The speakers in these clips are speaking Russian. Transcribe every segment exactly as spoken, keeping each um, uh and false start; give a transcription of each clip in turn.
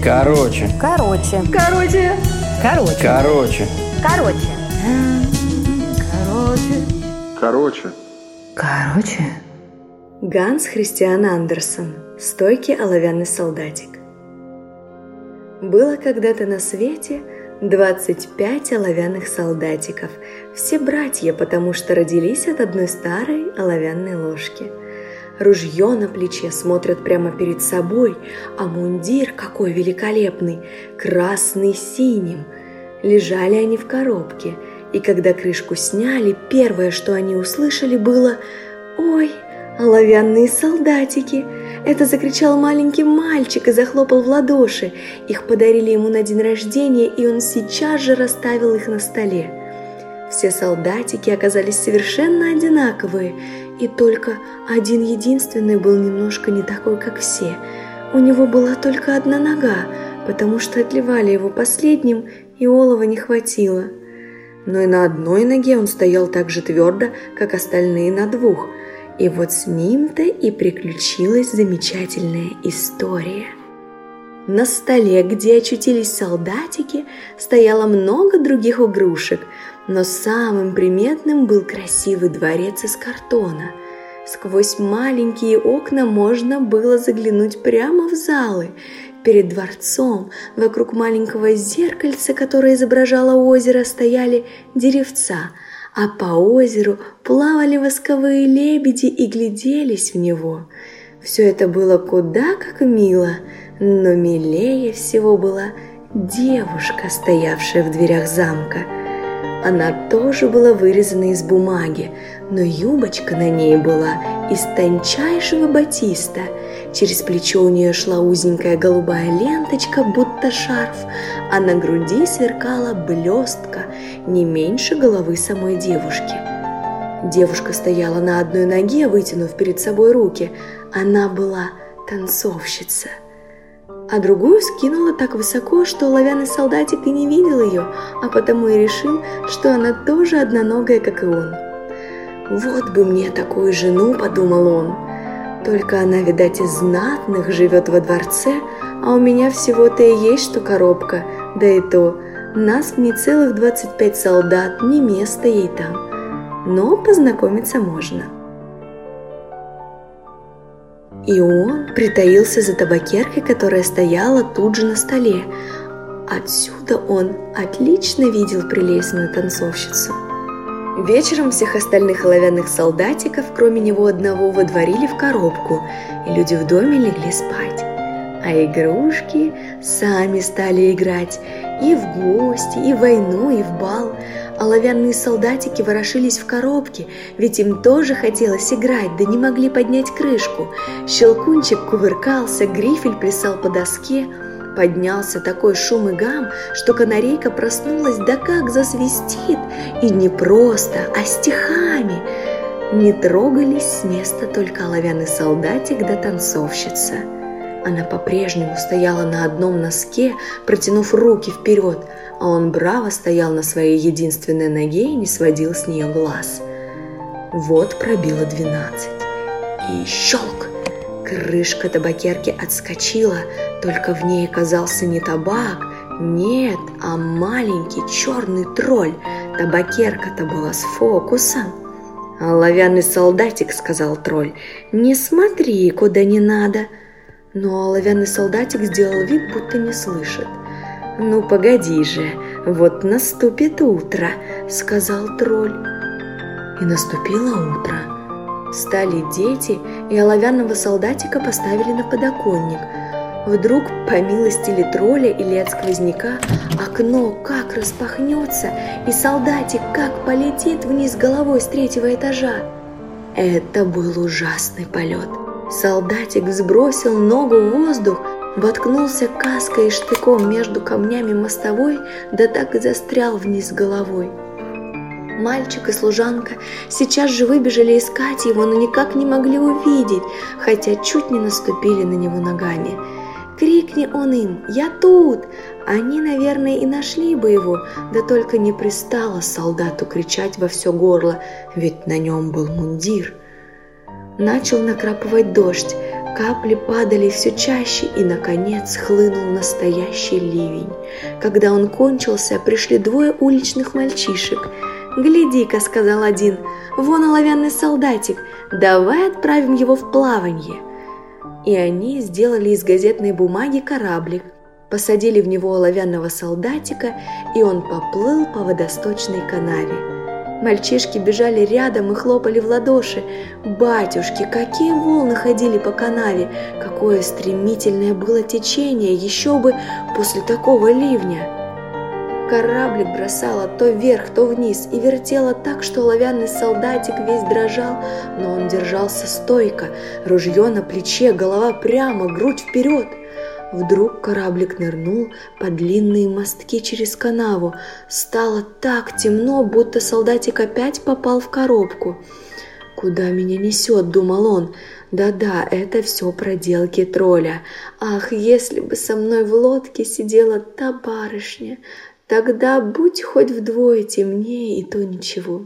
Короче. Короче. Короче. Короче. Короче. Короче. Короче. Короче. Короче. Ганс Христиан Андерсен. Стойкий оловянный солдатик. Было когда-то на свете двадцать пять оловянных солдатиков. Все братья, потому что родились от одной старой оловянной ложки. Ружье на плече, смотрят прямо перед собой, а мундир какой великолепный, красный с синим. Лежали они в коробке, и когда крышку сняли, первое, что они услышали, было: «Ой, оловянные солдатики!» Это закричал маленький мальчик и захлопал в ладоши. Их подарили ему на день рождения, и он сейчас же расставил их на столе. Все солдатики оказались совершенно одинаковые, и только один единственный был немножко не такой, как все. У него была только одна нога, потому что отливали его последним, и олова не хватило. Но и на одной ноге он стоял так же твердо, как остальные на двух. И вот с ним-то и приключилась замечательная история. На столе, где очутились солдатики, стояло много других игрушек, но самым приметным был красивый дворец из картона. Сквозь маленькие окна можно было заглянуть прямо в залы. Перед дворцом, вокруг маленького зеркальца, которое изображало озеро, стояли деревца, а по озеру плавали восковые лебеди и гляделись в него. Все это было куда как мило, но милее всего была девушка, стоявшая в дверях замка. Она тоже была вырезана из бумаги, но юбочка на ней была из тончайшего батиста. Через плечо у нее шла узенькая голубая ленточка, будто шарф, а на груди сверкала блестка, не меньше головы самой девушки. Девушка стояла на одной ноге, вытянув перед собой руки. Она была танцовщица. А другую скинула так высоко, что оловянный солдатик и не видел ее, а потому и решил, что она тоже одноногая, как и он. «Вот бы мне такую жену», — подумал он. «Только она, видать, из знатных, живет во дворце, а у меня всего-то и есть что коробка, да и то, нас не целых двадцать пять солдат, не место ей там. Но познакомиться можно». И он притаился за табакеркой, которая стояла тут же на столе. Отсюда он отлично видел прелестную танцовщицу. Вечером всех остальных оловянных солдатиков, кроме него одного, водворили в коробку, и люди в доме легли спать. А игрушки сами стали играть и в гости, и в войну, и в бал. Оловянные солдатики ворошились в коробке, ведь им тоже хотелось играть, да не могли поднять крышку. Щелкунчик кувыркался, грифель плясал по доске. Поднялся такой шум и гам, что канарейка проснулась, да как засвистит, и не просто, а стихами. Не трогались с места только оловянный солдатик да танцовщица. Она по-прежнему стояла на одном носке, протянув руки вперед, а он браво стоял на своей единственной ноге и не сводил с нее глаз. Вот пробило двенадцать. И щелк! Крышка табакерки отскочила, только в ней оказался не табак, нет, а маленький черный тролль. Табакерка-то была с фокусом. «Оловянный солдатик», — сказал тролль, — «не смотри, куда не надо». Но оловянный солдатик сделал вид, будто не слышит. «Ну, погоди же, вот наступит утро», — сказал тролль. И наступило утро. Встали дети, и оловянного солдатика поставили на подоконник. Вдруг, по милости ли тролля или от сквозняка, окно как распахнется, и солдатик как полетит вниз головой с третьего этажа. Это был ужасный полет. Солдатик сбросил ногу в воздух, воткнулся каской и штыком между камнями мостовой, да так и застрял вниз головой. Мальчик и служанка сейчас же выбежали искать его, но никак не могли увидеть, хотя чуть не наступили на него ногами. Крикни он им: «Я тут!» Они, наверное, и нашли бы его, да только не пристало солдату кричать во все горло, ведь на нем был мундир. Начал накрапывать дождь. Капли падали все чаще, и, наконец, хлынул настоящий ливень. Когда он кончился, пришли двое уличных мальчишек. «Гляди-ка», — сказал один, — «вон оловянный солдатик, давай отправим его в плаванье». И они сделали из газетной бумаги кораблик, посадили в него оловянного солдатика, и он поплыл по водосточной канаве. Мальчишки бежали рядом и хлопали в ладоши. Батюшки, какие волны ходили по канаве! Какое стремительное было течение, еще бы после такого ливня! Кораблик бросало то вверх, то вниз и вертело так, что оловянный солдатик весь дрожал, но он держался стойко, ружье на плече, голова прямо, грудь вперед. Вдруг кораблик нырнул под длинные мостки через канаву. Стало так темно, будто солдатик опять попал в коробку. «Куда меня несет?» – думал он. «Да-да, это все проделки тролля. Ах, если бы со мной в лодке сидела та барышня, тогда будь хоть вдвое темнее, и то ничего».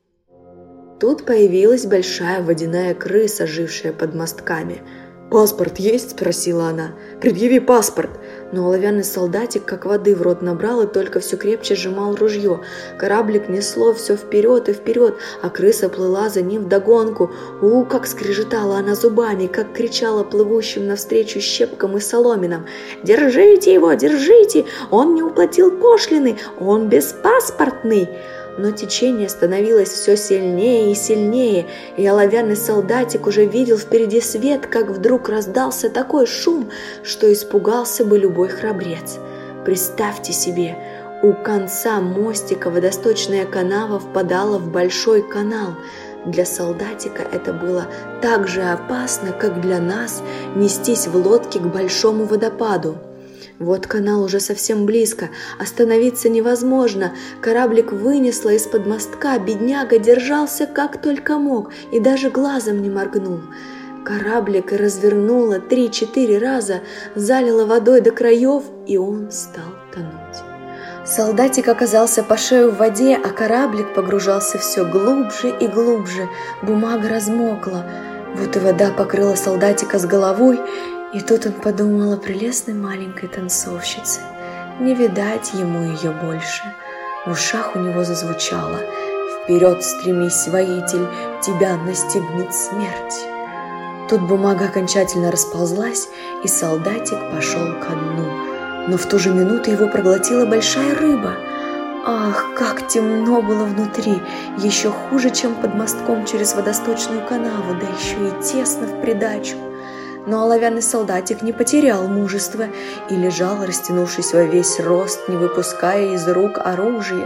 Тут появилась большая водяная крыса, жившая под мостками. «Паспорт есть?» – спросила она. «Предъяви паспорт!» Но оловянный солдатик как воды в рот набрал и только все крепче сжимал ружье. Кораблик несло все вперед и вперед, а крыса плыла за ним вдогонку. У, как скрежетала она зубами, как кричала плывущим навстречу щепкам и соломинам. «Держите его, держите! Он не уплатил пошлины! Он беспаспортный!» Но течение становилось все сильнее и сильнее, и оловянный солдатик уже видел впереди свет, как вдруг раздался такой шум, что испугался бы любой храбрец. Представьте себе, у конца мостика водосточная канава впадала в большой канал. Для солдатика это было так же опасно, как для нас нестись в лодке к большому водопаду. Вот канал уже совсем близко, остановиться невозможно. Кораблик вынесло из-под мостка, бедняга держался как только мог и даже глазом не моргнул. Кораблик развернуло три-четыре раза, залило водой до краев, и он стал тонуть. Солдатик оказался по шею в воде, а кораблик погружался все глубже и глубже. Бумага размокла, вот и вода покрыла солдатика с головой. И тут он подумал о прелестной маленькой танцовщице. Не видать ему ее больше. В ушах у него зазвучало: «Вперед стремись, воитель, тебя настигнет смерть». Тут бумага окончательно расползлась, и солдатик пошел ко дну. Но в ту же минуту его проглотила большая рыба. Ах, как темно было внутри, еще хуже, чем под мостком через водосточную канаву, да еще и тесно в придачу. Но оловянный солдатик не потерял мужества и лежал, растянувшись во весь рост, не выпуская из рук оружия.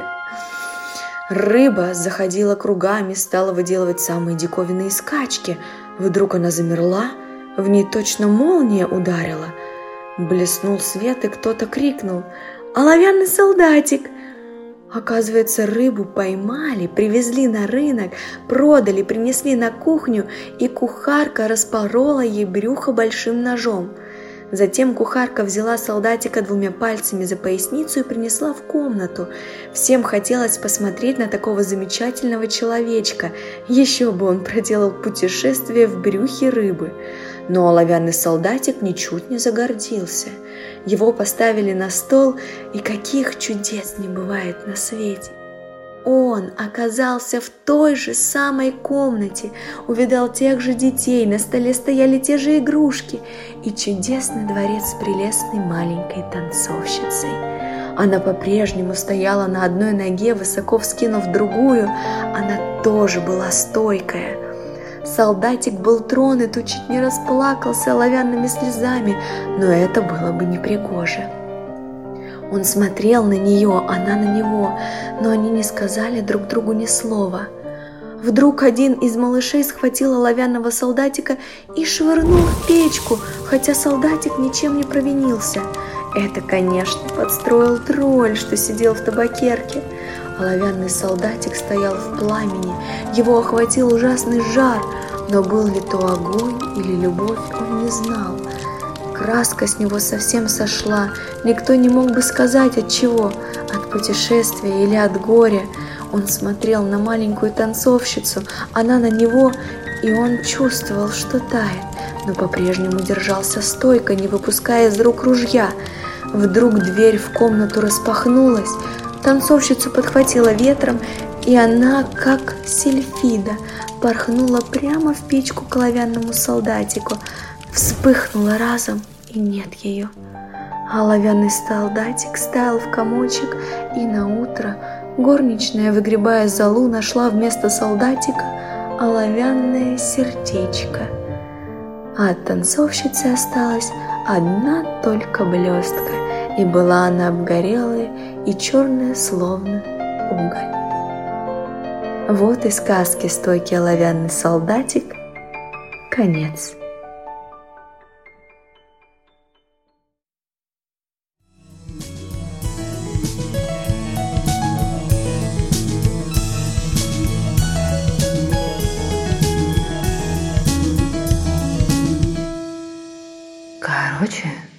Рыба заходила кругами, стала выделывать самые диковинные скачки. Вдруг она замерла, в ней точно молния ударила. Блеснул свет, и кто-то крикнул: «Оловянный солдатик!» Оказывается, рыбу поймали, привезли на рынок, продали, принесли на кухню, и кухарка распорола ей брюхо большим ножом. Затем кухарка взяла солдатика двумя пальцами за поясницу и принесла в комнату. Всем хотелось посмотреть на такого замечательного человечка, еще бы он проделал путешествие в брюхе рыбы. Но оловянный солдатик ничуть не загордился. Его поставили на стол, и каких чудес не бывает на свете. Он оказался в той же самой комнате, увидал тех же детей, на столе стояли те же игрушки и чудесный дворец с прелестной маленькой танцовщицей. Она по-прежнему стояла на одной ноге, высоко вскинув другую, она тоже была стойкая. Солдатик был тронут и чуть не расплакался оловянными слезами, но это было бы непригоже. Он смотрел на нее, она на него, но они не сказали друг другу ни слова. Вдруг один из малышей схватил оловянного солдатика и швырнул в печку, хотя солдатик ничем не провинился. Это, конечно, подстроил тролль, что сидел в табакерке. Оловянный солдатик стоял в пламени, его охватил ужасный жар, но был ли то огонь или любовь, он не знал. Краска с него совсем сошла, никто не мог бы сказать от чего, от путешествия или от горя. Он смотрел на маленькую танцовщицу, она на него, и он чувствовал, что тает. но по-прежнему держался стойко, не выпуская из рук ружья. Вдруг дверь в комнату распахнулась, танцовщицу подхватила ветром, и она, как сильфида, порхнула прямо в печку к оловянному солдатику, вспыхнула разом, и нет ее. А оловянный солдатик стаял в комочек, и наутро горничная, выгребая золу, нашла вместо солдатика оловянное сердечко. А от танцовщицы осталась одна только блестка, и была она обгорелая и черная, словно уголь. Вот и сказки «Стойкий оловянный солдатик» конец. Короче,